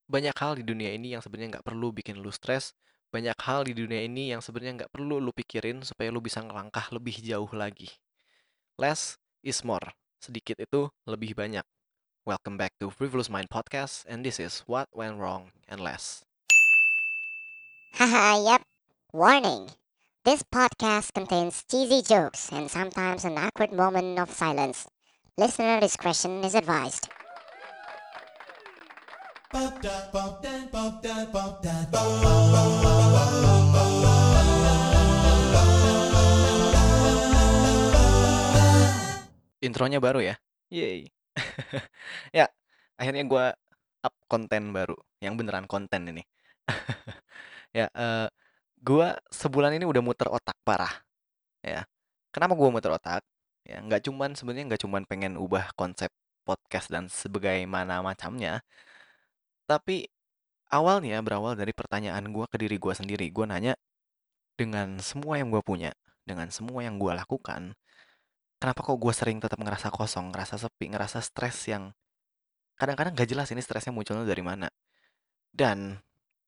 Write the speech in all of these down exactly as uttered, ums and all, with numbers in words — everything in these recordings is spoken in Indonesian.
Banyak hal di dunia ini yang sebenarnya nggak perlu bikin lu stres. Banyak hal di dunia ini yang sebenarnya nggak perlu lu pikirin supaya lu bisa ngelangkah lebih jauh lagi. Less is more. Sedikit itu lebih banyak. Welcome back to Frivolous Mind Podcast, and this is What Went Wrong and Less. Haha, yep. Warning. This podcast contains cheesy jokes and sometimes an awkward moment of silence. Listener discretion is advised. Intronya baru ya? Yeay. Ya, akhirnya gue up konten baru. Yang beneran konten ini. Ya, eh gue sebulan ini udah muter otak parah. Ya, kenapa gue muter otak? Ya, nggak cuman sebenarnya nggak cuman pengen ubah konsep podcast dan sebagaimana macamnya, tapi awalnya berawal dari pertanyaan gue ke diri gue sendiri. Gue nanya, dengan semua yang gue punya, dengan semua yang gue lakukan, kenapa kok gue sering tetap ngerasa kosong, ngerasa sepi, ngerasa stres yang kadang-kadang gak jelas ini stresnya munculnya dari mana. Dan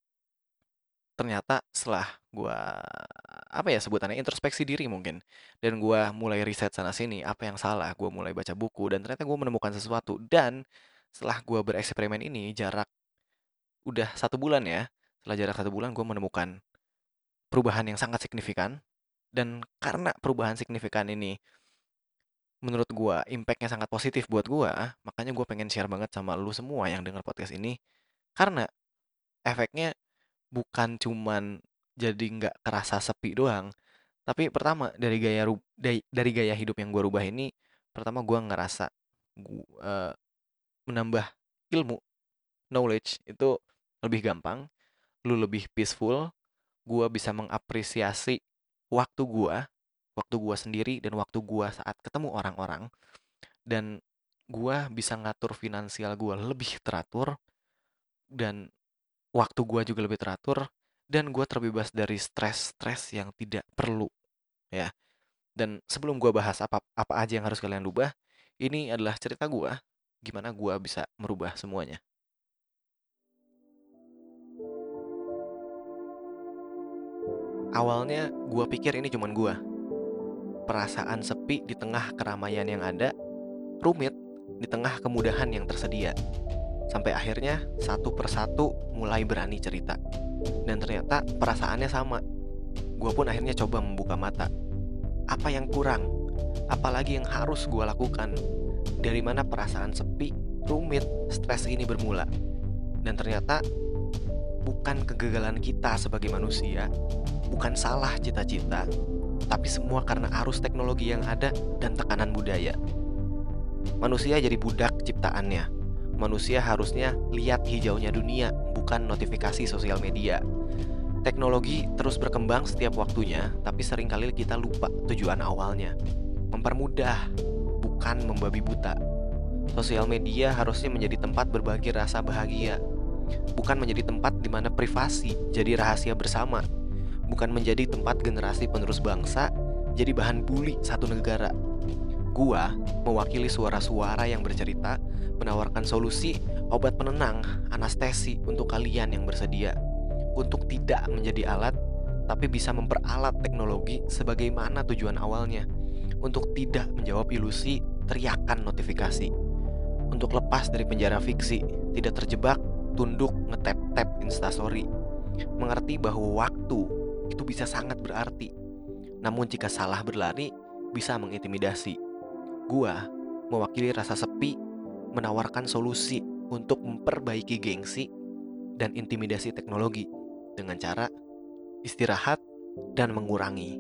ternyata setelah gue, apa ya sebutannya, introspeksi diri mungkin, dan gue mulai riset sana sini apa yang salah, gue mulai baca buku, dan ternyata gue menemukan sesuatu. Dan setelah gue bereksperimen ini jarak udah satu bulan ya, setelah jarak satu bulan gue menemukan perubahan yang sangat signifikan. Dan karena perubahan signifikan ini menurut gue impactnya sangat positif buat gue, makanya gue pengen share banget sama lu semua yang dengar podcast ini. Karena efeknya bukan cuman jadi nggak kerasa sepi doang. Tapi pertama dari gaya ru- dari, dari gaya hidup yang gue rubah ini, pertama gue ngerasa gue menambah ilmu, knowledge itu lebih gampang, lu lebih peaceful, gue bisa mengapresiasi waktu gue, waktu gue sendiri dan waktu gue saat ketemu orang-orang, dan gue bisa ngatur finansial gue lebih teratur, dan waktu gue juga lebih teratur, dan gue terbebas dari stres-stres yang tidak perlu ya. Dan sebelum gue bahas apa apa aja yang harus kalian rubah, ini adalah cerita gue gimana gue bisa merubah semuanya. Awalnya gue pikir ini cuman gue, perasaan sepi di tengah keramaian yang ada, rumit di tengah kemudahan yang tersedia. Sampai akhirnya satu persatu mulai berani cerita. Dan ternyata perasaannya sama. Gue pun akhirnya coba membuka mata. Apa yang kurang? Apalagi yang harus gue lakukan? Dari mana perasaan sepi, rumit, stres ini bermula? Dan ternyata bukan kegagalan kita sebagai manusia, bukan salah cita-cita, tapi semua karena arus teknologi yang ada dan tekanan budaya. Manusia jadi budak ciptaannya. Manusia harusnya lihat hijaunya dunia, bukan notifikasi sosial media. Teknologi terus berkembang setiap waktunya, tapi seringkali kita lupa tujuan awalnya. Mempermudah, bukan membabi buta. Sosial media harusnya menjadi tempat berbagi rasa bahagia, bukan menjadi tempat di mana privasi jadi rahasia bersama, bukan menjadi tempat generasi penerus bangsa jadi bahan bully satu negara. Gua mewakili suara-suara yang bercerita, menawarkan solusi, obat penenang, anestesi untuk kalian yang bersedia. Untuk tidak menjadi alat, tapi bisa memperalat teknologi sebagaimana tujuan awalnya. Untuk tidak menjawab ilusi, teriakan notifikasi. Untuk lepas dari penjara fiksi, tidak terjebak, tunduk, ngetap-tap instastory. Mengerti bahwa waktu itu bisa sangat berarti. Namun jika salah berlari, bisa mengintimidasi. Gua mewakili rasa sepi, menawarkan solusi untuk memperbaiki gengsi dan intimidasi teknologi dengan cara istirahat dan mengurangi.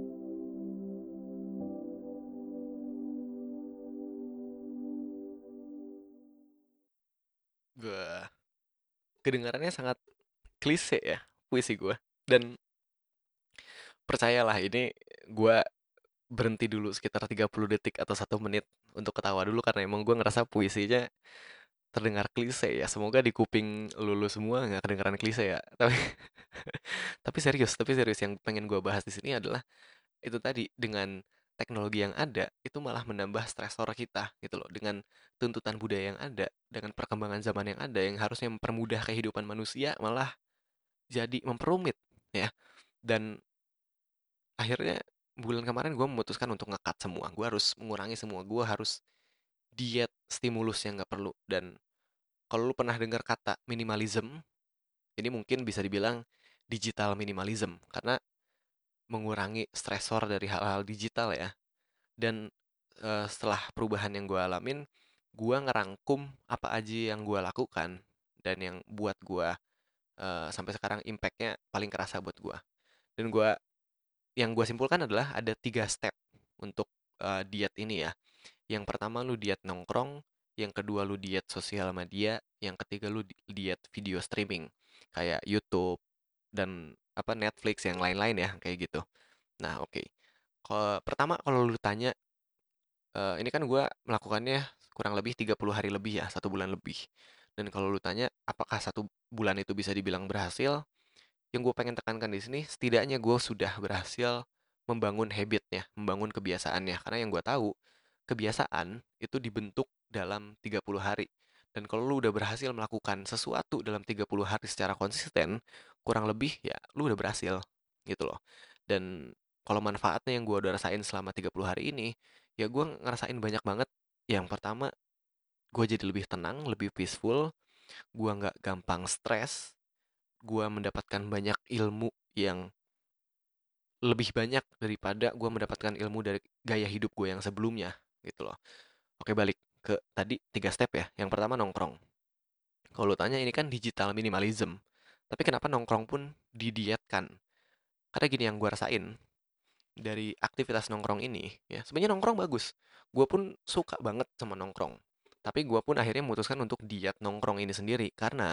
Gua kedengarannya sangat klise ya puisi gua. Dan percayalah ini gua berhenti dulu sekitar tiga puluh detik atau satu menit untuk ketawa dulu karena emang gua ngerasa puisinya terdengar klise ya. Semoga di kuping lulu semua nggak kedengaran klise ya. Tapi tapi serius, tapi serius yang pengen gue bahas di sini adalah itu tadi, dengan teknologi yang ada itu malah menambah stresor kita gitu loh, dengan tuntutan budaya yang ada, dengan perkembangan zaman yang ada yang harusnya mempermudah kehidupan manusia malah jadi memperumit ya. Dan akhirnya bulan kemarin gue memutuskan untuk nge-cut semua. Gue harus mengurangi semua. Gue harus diet stimulus yang nggak perlu. Dan kalau lu pernah dengar kata minimalism, ini mungkin bisa dibilang digital minimalism karena mengurangi stresor dari hal-hal digital ya. Dan eh, setelah perubahan yang gue alamin, gue ngerangkum apa aja yang gue lakukan dan yang buat gue eh, sampai sekarang impactnya paling kerasa buat gue. Dan gue yang gue simpulkan adalah ada tiga step untuk eh, diet ini ya. Yang pertama lu diet nongkrong, yang kedua lu diet sosial media, yang ketiga lu di- diet video streaming kayak YouTube dan apa Netflix yang lain-lain ya kayak gitu. Nah, oke. Kalau pertama kalau lu tanya eh, ini kan gua melakukannya kurang lebih tiga puluh hari lebih ya, satu bulan lebih. Dan kalau lu tanya apakah satu bulan itu bisa dibilang berhasil, yang gue pengen tekankan di sini setidaknya gue sudah berhasil membangun habitnya, membangun kebiasaannya. Karena yang gue tahu kebiasaan itu dibentuk dalam tiga puluh hari. Dan kalau lu udah berhasil melakukan sesuatu dalam tiga puluh hari secara konsisten, kurang lebih ya lu udah berhasil gitu loh. Dan kalau manfaatnya yang gue udah rasain selama tiga puluh hari ini, ya gue ngerasain banyak banget. Yang pertama, gue jadi lebih tenang, lebih peaceful, gue nggak gampang stres, gue mendapatkan banyak ilmu yang lebih banyak daripada gue mendapatkan ilmu dari gaya hidup gue yang sebelumnya gitu loh. Oke, balik ke tadi tiga step ya. Yang pertama nongkrong. Kalau lu tanya ini kan digital minimalism. Tapi kenapa nongkrong pun didietkan? Karena gini yang gue rasain dari aktivitas nongkrong ini ya. Sebenarnya nongkrong bagus. Gue pun suka banget sama nongkrong. Tapi gue pun akhirnya memutuskan untuk diet nongkrong ini sendiri karena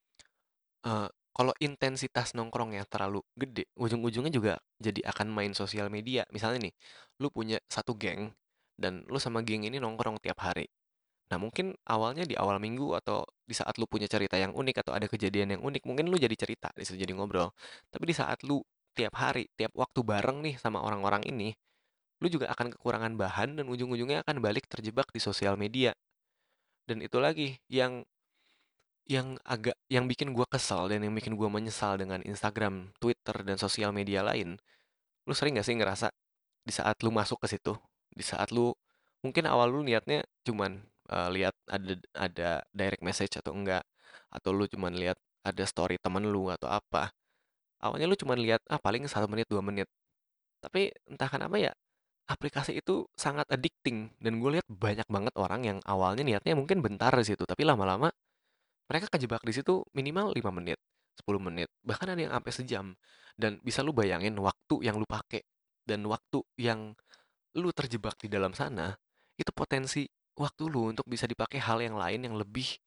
Eee, kalau intensitas nongkrongnya terlalu gede, ujung-ujungnya juga jadi akan main sosial media. Misalnya nih, lu punya satu geng, dan lu sama geng ini nongkrong tiap hari. Nah, mungkin awalnya di awal minggu atau di saat lu punya cerita yang unik atau ada kejadian yang unik, mungkin lu jadi cerita, di situ jadi ngobrol. Tapi di saat lu tiap hari, tiap waktu bareng nih sama orang-orang ini, lu juga akan kekurangan bahan dan ujung-ujungnya akan balik terjebak di sosial media. Dan itu lagi yang yang agak yang bikin gua kesal dan yang bikin gua menyesal dengan Instagram, Twitter, dan sosial media lain, lu sering gak sih ngerasa di saat lu masuk ke situ, di saat lu mungkin awal lu niatnya cuman eh, lihat ada ada direct message atau enggak, atau lu cuman lihat ada story temen lu atau apa. Awalnya lu cuman lihat ah paling satu menit dua menit, tapi entah kenapa ya aplikasi itu sangat addicting dan gue lihat banyak banget orang yang awalnya niatnya mungkin bentar di situ, tapi lama-lama mereka kejebak di situ minimal lima menit, sepuluh menit, bahkan ada yang sampai sejam. Dan bisa lu bayangin waktu yang lu pakai dan waktu yang lu terjebak di dalam sana, itu potensi waktu lu untuk bisa dipakai hal yang lain yang lebih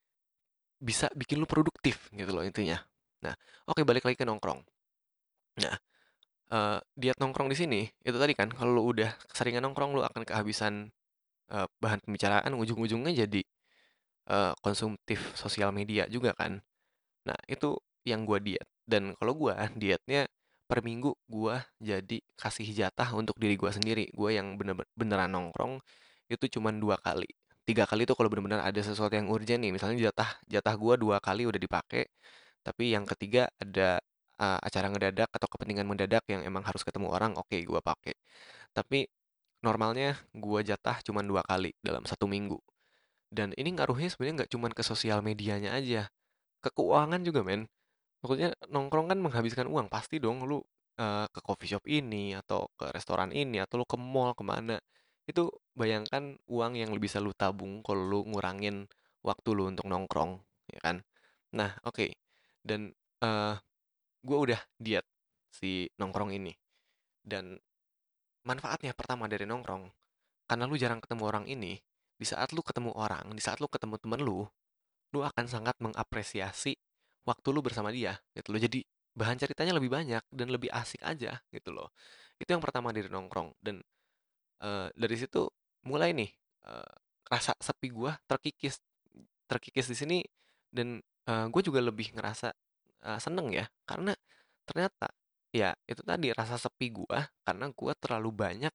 bisa bikin lu produktif gitu loh intinya. Nah, oke balik lagi ke nongkrong. Nah, eh, diet nongkrong di sini itu tadi kan kalau lu udah keseringan nongkrong lu akan kehabisan eh, bahan pembicaraan ujung-ujungnya jadi eh, konsumtif sosial media juga kan. Nah, itu yang gua diet. Dan kalau gua dietnya per minggu gua jadi kasih jatah untuk diri gua sendiri. Gua yang bener beneran nongkrong itu cuman dua kali. Tiga kali itu kalau bener-bener ada sesuatu yang urgent nih. Misalnya jatah jatah gua dua kali udah dipakai, tapi yang ketiga ada uh, acara ngedadak atau kepentingan mendadak yang emang harus ketemu orang, oke gua pakai. Tapi normalnya gua jatah cuman dua kali dalam satu minggu. Dan ini ngaruhnya sebenarnya nggak cuman ke sosial medianya aja, ke keuangan juga men. Maksudnya nongkrong kan menghabiskan uang, pasti dong lu eh, ke coffee shop ini atau ke restoran ini atau lu ke mall kemana. Itu bayangkan uang yang lu bisa lu tabung kalau lu ngurangin waktu lu untuk nongkrong, ya kan? Nah, oke. Dan eh gue udah diet si nongkrong ini. Dan manfaatnya pertama dari nongkrong, karena lu jarang ketemu orang ini, di saat lu ketemu orang, di saat lu ketemu temen lu, lu akan sangat mengapresiasi waktu lu bersama dia gitu loh. Jadi bahan ceritanya lebih banyak dan lebih asik aja gitu loh. Itu yang pertama dari nongkrong dan eh, dari situ mulai nih eh, rasa sepi gua terkikis terkikis di sini dan gue juga lebih ngerasa eh, seneng ya karena ternyata ya itu tadi rasa sepi gua karena gua terlalu banyak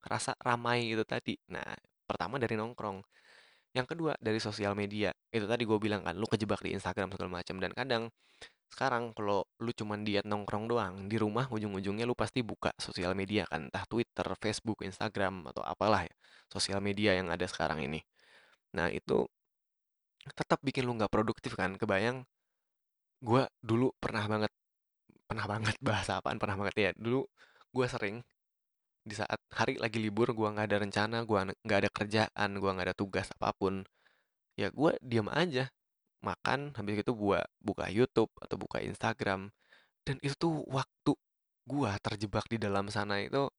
kerasa ramai itu tadi. Nah, pertama dari nongkrong. Yang kedua dari sosial media. Itu tadi gue bilang kan, lu kejebak di Instagram segala macam. Dan kadang sekarang kalau lu cuman diet nongkrong doang, di rumah ujung-ujungnya lu pasti buka sosial media kan, entah Twitter, Facebook, Instagram, atau apalah ya, sosial media yang ada sekarang ini. Nah, itu tetap bikin lu nggak produktif kan. Kebayang, gue dulu pernah banget, pernah banget bahasa apaan, pernah banget ya. Dulu gue sering di saat hari lagi libur, gue nggak ada rencana, gue nggak ada kerjaan, gue nggak ada tugas apapun, ya gue diam aja, makan, habis itu gua buka YouTube atau buka Instagram. Dan itu tuh waktu gua terjebak di dalam sana itu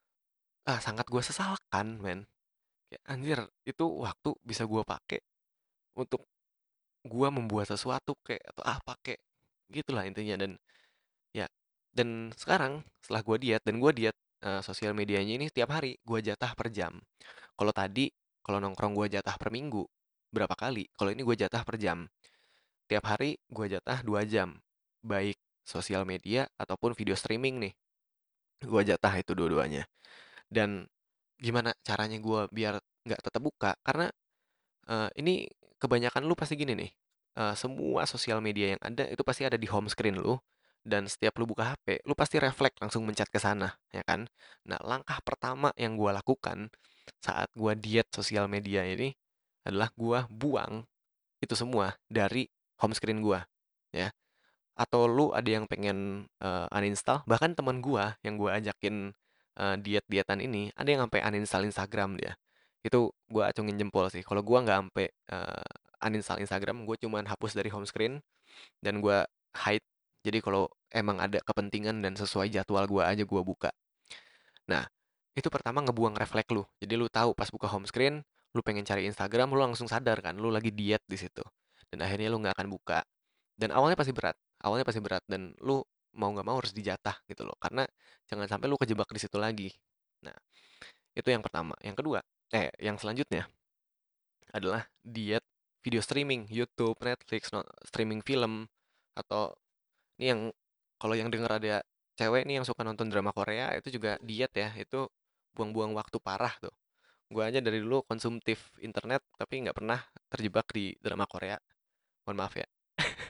ah, sangat gua sesalkan, men. Kayak, anjir, itu waktu bisa gua pakai untuk gua membuat sesuatu kayak atau apa kayak gitulah intinya. Dan ya, dan sekarang setelah gua diet dan gua diet eh, sosial medianya ini tiap hari gua jatah per jam. Kalau tadi kalau nongkrong gua jatah per minggu berapa kali, kalau ini gua jatah per jam. Tiap hari gue jatah dua jam, baik sosial media ataupun video streaming nih. Gue jatah itu dua-duanya. Dan gimana caranya gue biar nggak tetap buka? Karena eh, ini kebanyakan lu pasti gini nih. Eh, semua sosial media yang ada itu pasti ada di home screen lu. Dan setiap lu buka H P, lu pasti refleks langsung mencet ke sana, ya kan? Nah, langkah pertama yang gue lakukan saat gue diet sosial media ini adalah gue buang itu semua dari home screen gue, ya. Atau lu ada yang pengen eh, uninstall, bahkan teman gua yang gua ajakin eh, diet-dietan ini ada yang sampai uninstall Instagram dia. Itu gua acungin jempol sih. Kalau gua nggak sampai eh, uninstall Instagram, gue cuman hapus dari home screen dan gua hide. Jadi kalau emang ada kepentingan dan sesuai jadwal gua aja gua buka. Nah, itu pertama ngebuang refleks lu. Jadi lu tahu pas buka home screen, lu pengen cari Instagram, lu langsung sadar kan, lu lagi diet di situ. Dan akhirnya lu nggak akan buka. Dan awalnya pasti berat, awalnya pasti berat dan lu mau nggak mau harus dijatah gitu loh. Karena jangan sampai lu kejebak di situ lagi. Nah, itu yang pertama. Yang kedua, eh yang selanjutnya adalah diet video streaming, YouTube, Netflix, no- streaming film atau ini yang kalau yang denger ada cewek nih yang suka nonton drama Korea itu juga diet ya, itu buang-buang waktu parah tuh. Gue aja dari dulu konsumtif internet tapi nggak pernah terjebak di drama Korea. Mohon maaf ya.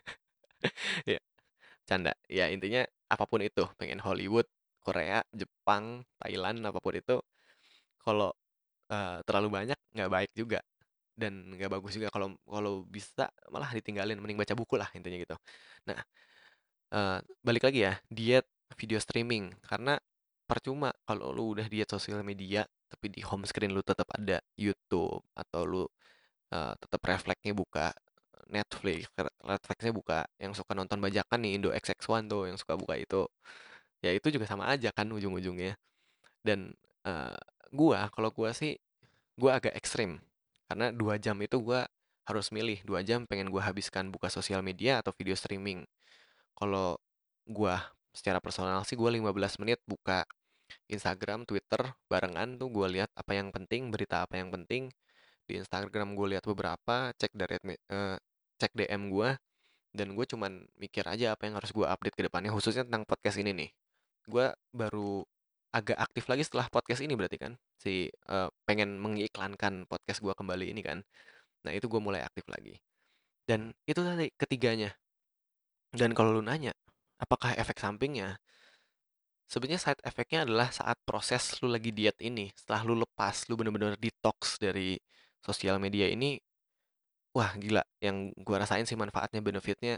Ya, canda. Ya intinya apapun itu, pengen Hollywood, Korea, Jepang, Thailand, apapun itu, kalau eh, terlalu banyak nggak baik juga dan nggak bagus juga. Kalau kalau bisa malah ditinggalin, mending baca buku lah intinya gitu. Nah, eh, balik lagi ya, diet video streaming. Karena percuma kalau lu udah diet sosial media, tapi di home screen lu tetap ada YouTube, atau lu eh, tetap refleksnya buka Netflix, re- refleksnya buka yang suka nonton bajakan nih, Indo X X satu tuh, yang suka buka itu. Ya itu juga sama aja kan ujung-ujungnya. Dan eh, gua, kalau gua sih, gua agak ekstrim. Karena dua jam itu gua harus milih, dua jam pengen gua habiskan buka sosial media atau video streaming. Kalau gua secara personal sih gua lima belas menit buka Instagram, Twitter barengan tuh gua lihat apa yang penting, berita apa yang penting. Di Instagram gue lihat beberapa, cek dari eh, cek D M gua dan gue cuman mikir aja apa yang harus gue update ke depannya khususnya tentang podcast ini nih. Gue baru agak aktif lagi setelah podcast ini berarti kan si eh, pengen mengiklankan podcast gue kembali ini kan. Nah, itu gue mulai aktif lagi. Dan itu tadi ketiganya. Dan kalau lu nanya, apakah efek sampingnya? Sebenarnya side effect-nya adalah saat proses lu lagi diet ini, setelah lu lepas, lu bener-bener detox dari sosial media ini, wah gila, yang gua rasain sih manfaatnya, benefitnya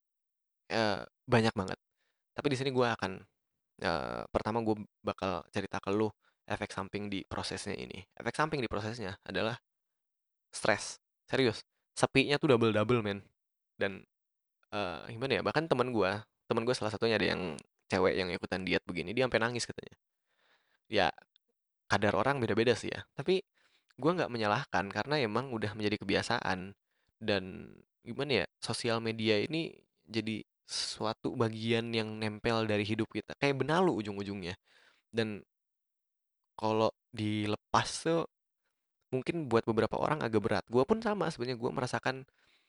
eh, banyak banget. Tapi di sini gua akan eh, pertama gue bakal cerita ke lu efek samping di prosesnya ini. Efek samping di prosesnya adalah stres. Serius, sepinya tuh double-double men. Dan eh, gimana ya? Bahkan teman gua, teman gua salah satunya ada yang cewek yang ikutan diet begini, dia sampai nangis katanya. Ya kadar orang beda-beda sih ya. Tapi gua nggak menyalahkan karena emang udah menjadi kebiasaan. Dan gimana ya, sosial media ini jadi suatu bagian yang nempel dari hidup kita. Kayak benalu ujung-ujungnya. Dan kalau dilepas tuh mungkin buat beberapa orang agak berat. Gua pun sama sebenarnya, gua merasakan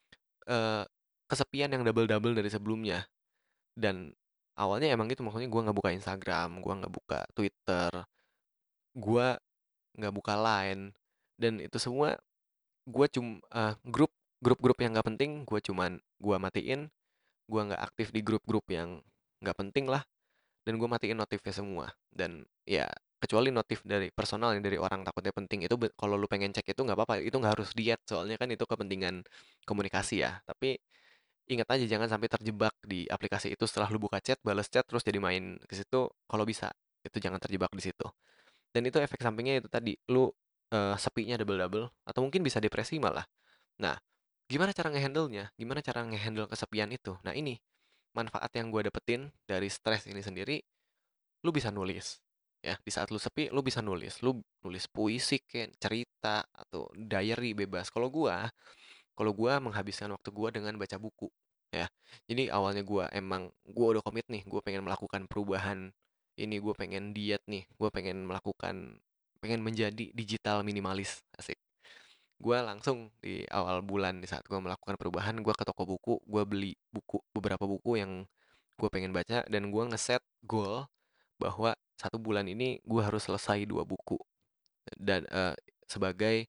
eh, kesepian yang double-double dari sebelumnya. Dan awalnya emang gitu, maksudnya gua nggak buka Instagram, gua nggak buka Twitter, gua nggak buka Line, dan itu semua gue cum eh, grup grup-grup yang nggak penting gue cuman gue matiin, gue nggak aktif di grup-grup yang nggak penting lah, dan gue matiin notifnya semua. Dan ya kecuali notif dari personal yang dari orang takutnya penting itu, be- kalau lu pengen cek itu nggak apa-apa, itu nggak harus diet soalnya kan itu kepentingan komunikasi ya. Tapi ingat aja jangan sampai terjebak di aplikasi itu, setelah lu buka chat balas chat terus jadi main ke situ, kalau bisa itu jangan terjebak di situ. Dan itu efek sampingnya itu tadi, lu eh, sepinya double-double atau mungkin bisa depresi malah. Nah, gimana cara ngehandle-nya? Gimana cara ngehandle kesepian itu? Nah, ini manfaat yang gue dapetin dari stres ini sendiri. Lu bisa nulis. Ya, di saat lu sepi, lu bisa nulis. Lu nulis puisi, kayak cerita, atau diary bebas. Kalau gua, kalau gua menghabiskan waktu gua dengan baca buku. Ya, jadi awalnya gua emang, gua udah komit nih, gua pengen melakukan perubahan. Ini gua pengen diet nih, gua pengen melakukan, pengen menjadi digital minimalis. Asik. Gua langsung di awal bulan di saat gua melakukan perubahan, gua ke toko buku, gua beli buku, beberapa buku yang gue pengen baca, dan gue ngeset goal bahwa satu bulan ini gue harus selesai dua buku, dan eh, sebagai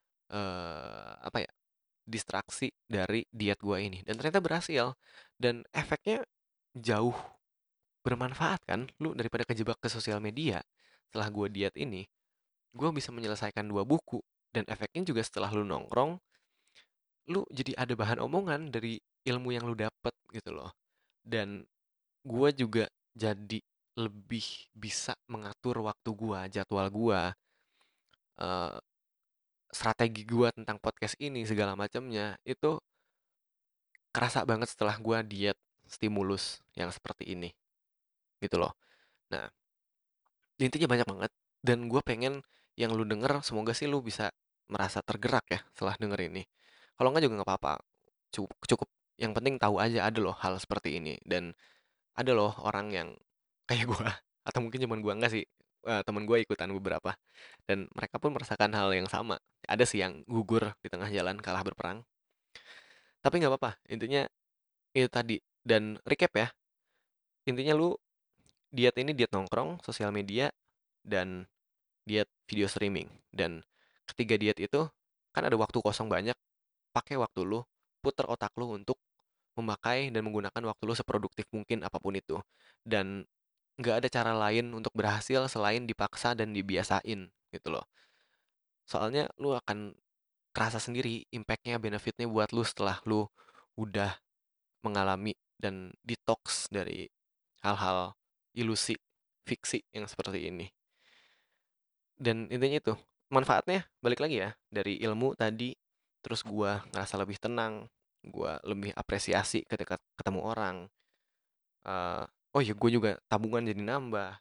eh, apa ya, distraksi dari diet gue ini. Dan ternyata berhasil, dan efeknya jauh bermanfaat kan, lu daripada kejebak ke sosial media. Setelah gue diet ini, gue bisa menyelesaikan dua buku, dan efeknya juga setelah lu nongkrong, lu jadi ada bahan omongan dari ilmu yang lu dapet gitu loh. Dan gue juga jadi lebih bisa mengatur waktu gua, jadwal gua, eh, strategi gua tentang podcast ini segala macamnya itu kerasa banget setelah gua diet stimulus yang seperti ini gitu loh. Nah, intinya banyak banget, dan gue pengen yang lu denger semoga sih lu bisa merasa tergerak ya setelah denger ini. Kalau nggak juga nggak apa-apa. Cukup, cukup yang penting tahu aja ada loh hal seperti ini, dan ada loh orang yang kayak gua, atau mungkin cuman gua enggak sih, eh, temen gue ikutan beberapa, dan mereka pun merasakan hal yang sama. Ada sih yang gugur di tengah jalan kalah berperang, tapi nggak apa-apa, intinya itu tadi. Dan recap ya, intinya lu diet ini diet nongkrong, sosial media, dan diet video streaming. Dan ketiga diet itu kan ada waktu kosong banyak, pakai waktu lu, puter otak lu untuk memakai dan menggunakan waktu lu seproduktif mungkin apapun itu. Dan nggak ada cara lain untuk berhasil selain dipaksa dan dibiasain gitu loh. Soalnya lu akan kerasa sendiri impactnya, benefitnya buat lu setelah lu udah mengalami dan detox dari hal-hal ilusi, fiksi yang seperti ini. Dan intinya itu, manfaatnya balik lagi ya, dari ilmu tadi, terus gua ngerasa lebih tenang, gua lebih apresiasi ketika ketemu orang. Eh, oh ya, gue juga tabungan jadi nambah.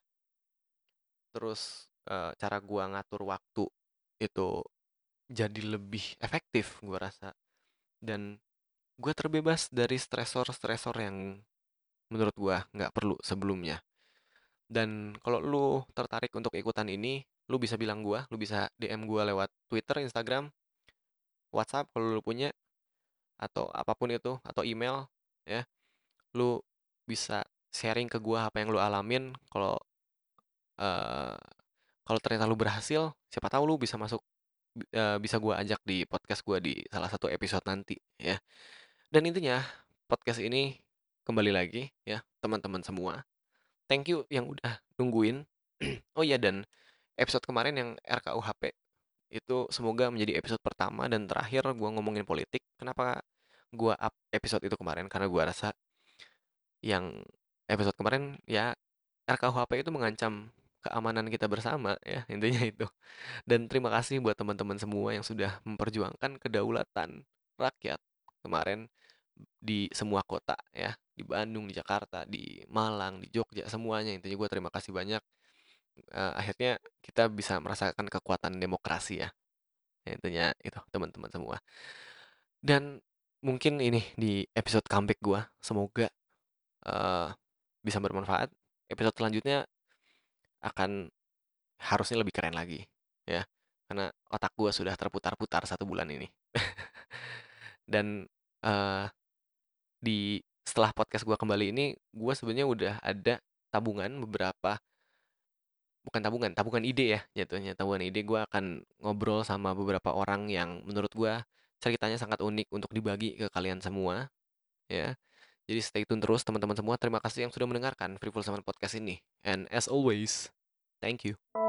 Terus eh, cara gua ngatur waktu itu jadi lebih efektif gua rasa, dan gua terbebas dari stresor-stresor yang menurut gua nggak perlu sebelumnya. Dan kalau lu tertarik untuk ikutan ini, lu bisa bilang gua, lu bisa D M gua lewat Twitter, Instagram, WhatsApp kalau lu punya, atau apapun itu, atau email ya. Lu bisa sharing ke gua apa yang lu alamin. Kalau eh, kalau ternyata lu berhasil, siapa tahu lu bisa masuk, eh, bisa gua ajak di podcast gua di salah satu episode nanti ya. Dan intinya podcast ini kembali lagi ya teman-teman semua. Thank you yang udah nungguin. Oh iya, dan episode kemarin yang R K U H P itu semoga menjadi episode pertama dan terakhir gua ngomongin politik. Kenapa gua up episode itu kemarin? Karena gua rasa yang episode kemarin ya, R K U H P itu mengancam keamanan kita bersama ya, intinya itu. Dan terima kasih buat teman-teman semua yang sudah memperjuangkan kedaulatan rakyat kemarin di semua kota ya, di Bandung, di Jakarta, di Malang, di Jogja, semuanya. Intinya gue terima kasih banyak. Eh, akhirnya kita bisa merasakan kekuatan demokrasi ya. Ya, intinya itu teman-teman semua. Dan mungkin ini di episode comeback gue, semoga eh, bisa bermanfaat. Episode selanjutnya akan harusnya lebih keren lagi ya, karena otak gue sudah terputar-putar satu bulan ini. Dan eh, di setelah podcast gue kembali ini, gue sebenarnya udah ada tabungan beberapa bukan tabungan, tabungan ide ya jatuhnya. Tabungan ide gue akan ngobrol sama beberapa orang yang menurut gue ceritanya sangat unik untuk dibagi ke kalian semua ya. Jadi stay tune terus teman-teman semua. Terima kasih yang sudah mendengarkan Free Fall Zaman Podcast ini. And as always, thank you.